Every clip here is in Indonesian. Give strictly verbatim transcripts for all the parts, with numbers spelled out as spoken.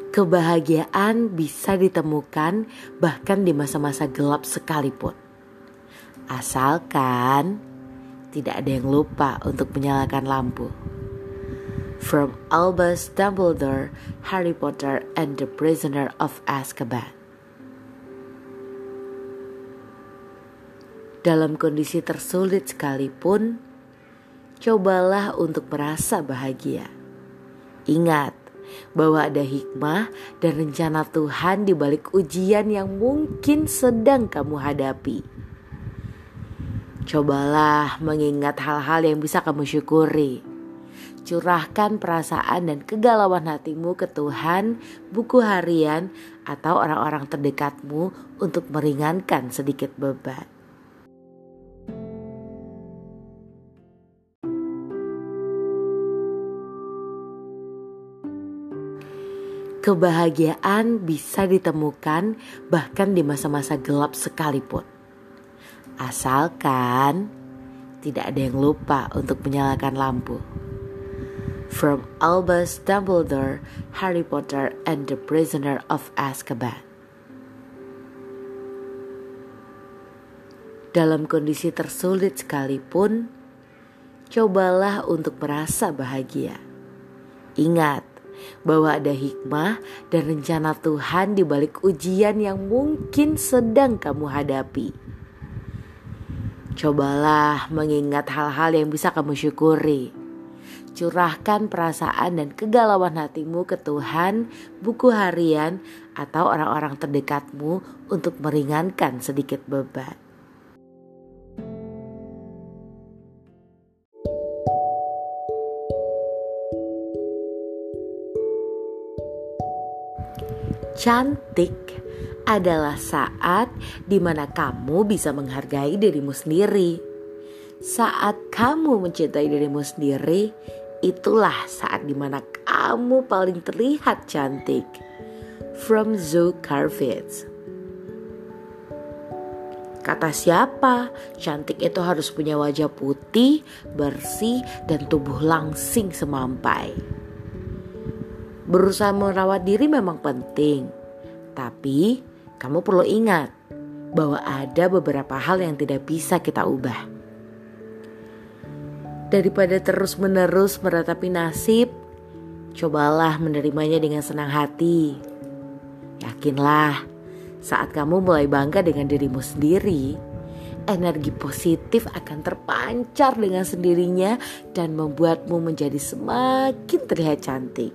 Kebahagiaan bisa ditemukan bahkan di masa-masa gelap sekalipun. Asalkan tidak ada yang lupa untuk menyalakan lampu. From Albus Dumbledore, Harry Potter and the Prisoner of Azkaban. Dalam kondisi tersulit sekalipun, cobalah untuk merasa bahagia. Ingat bahwa ada hikmah dan rencana Tuhan di balik ujian yang mungkin sedang kamu hadapi. Cobalah mengingat hal-hal yang bisa kamu syukuri. Curahkan perasaan dan kegalauan hatimu ke Tuhan, buku harian, atau orang-orang terdekatmu untuk meringankan sedikit beban. Kebahagiaan bisa ditemukan bahkan di masa-masa gelap sekalipun. Asalkan tidak ada yang lupa untuk menyalakan lampu. From Albus Dumbledore, Harry Potter and the Prisoner of Azkaban. Dalam kondisi tersulit sekalipun, cobalah untuk merasa bahagia. Ingat bahwa ada hikmah dan rencana Tuhan di balik ujian yang mungkin sedang kamu hadapi. Cobalah mengingat hal-hal yang bisa kamu syukuri. Curahkan perasaan dan kegalauan hatimu ke Tuhan, buku harian, atau orang-orang terdekatmu untuk meringankan sedikit beban. Cantik adalah saat di mana kamu bisa menghargai dirimu sendiri. Saat kamu mencintai dirimu sendiri, itulah saat di mana kamu paling terlihat cantik. From Zoe Kravitz. Kata siapa? Cantik itu harus punya wajah putih, bersih, dan tubuh langsing semampai. Berusaha merawat diri memang penting, tapi kamu perlu ingat bahwa ada beberapa hal yang tidak bisa kita ubah. Daripada terus-menerus meratapi nasib, cobalah menerimanya dengan senang hati. Yakinlah, saat kamu mulai bangga dengan dirimu sendiri, energi positif akan terpancar dengan sendirinya dan membuatmu menjadi semakin terlihat cantik.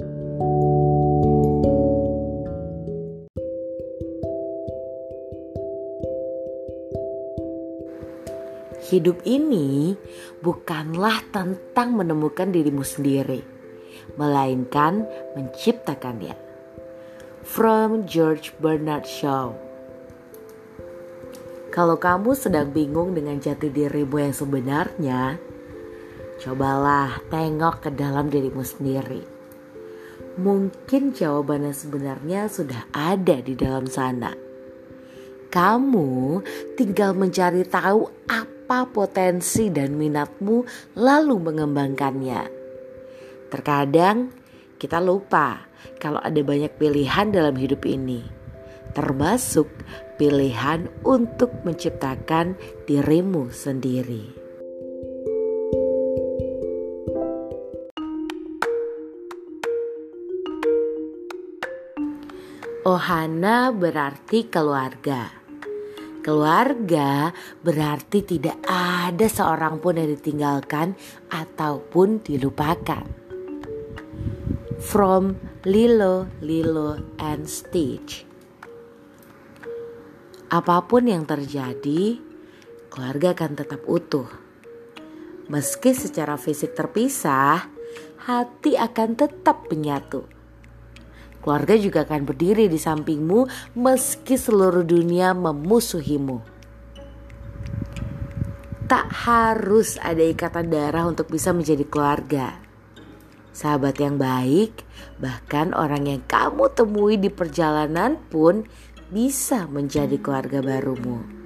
Hidup ini bukanlah tentang menemukan dirimu sendiri, melainkan menciptakannya. From George Bernard Shaw. Kalau kamu sedang bingung dengan jati dirimu yang sebenarnya, cobalah tengok ke dalam dirimu sendiri. Mungkin jawabannya sebenarnya sudah ada di dalam sana. Kamu tinggal mencari tahu apa potensi dan minatmu lalu mengembangkannya. Terkadang kita lupa kalau ada banyak pilihan dalam hidup ini, termasuk pilihan untuk menciptakan dirimu sendiri. Ohana berarti keluarga. Keluarga berarti tidak ada seorang pun yang ditinggalkan ataupun dilupakan. From Lilo, Lilo and Stitch. Apapun yang terjadi, keluarga akan tetap utuh. Meski secara fisik terpisah, hati akan tetap menyatu. Keluarga juga akan berdiri di sampingmu meski seluruh dunia memusuhimu. Tak harus ada ikatan darah untuk bisa menjadi keluarga. Sahabat yang baik, bahkan orang yang kamu temui di perjalanan pun bisa menjadi keluarga barumu.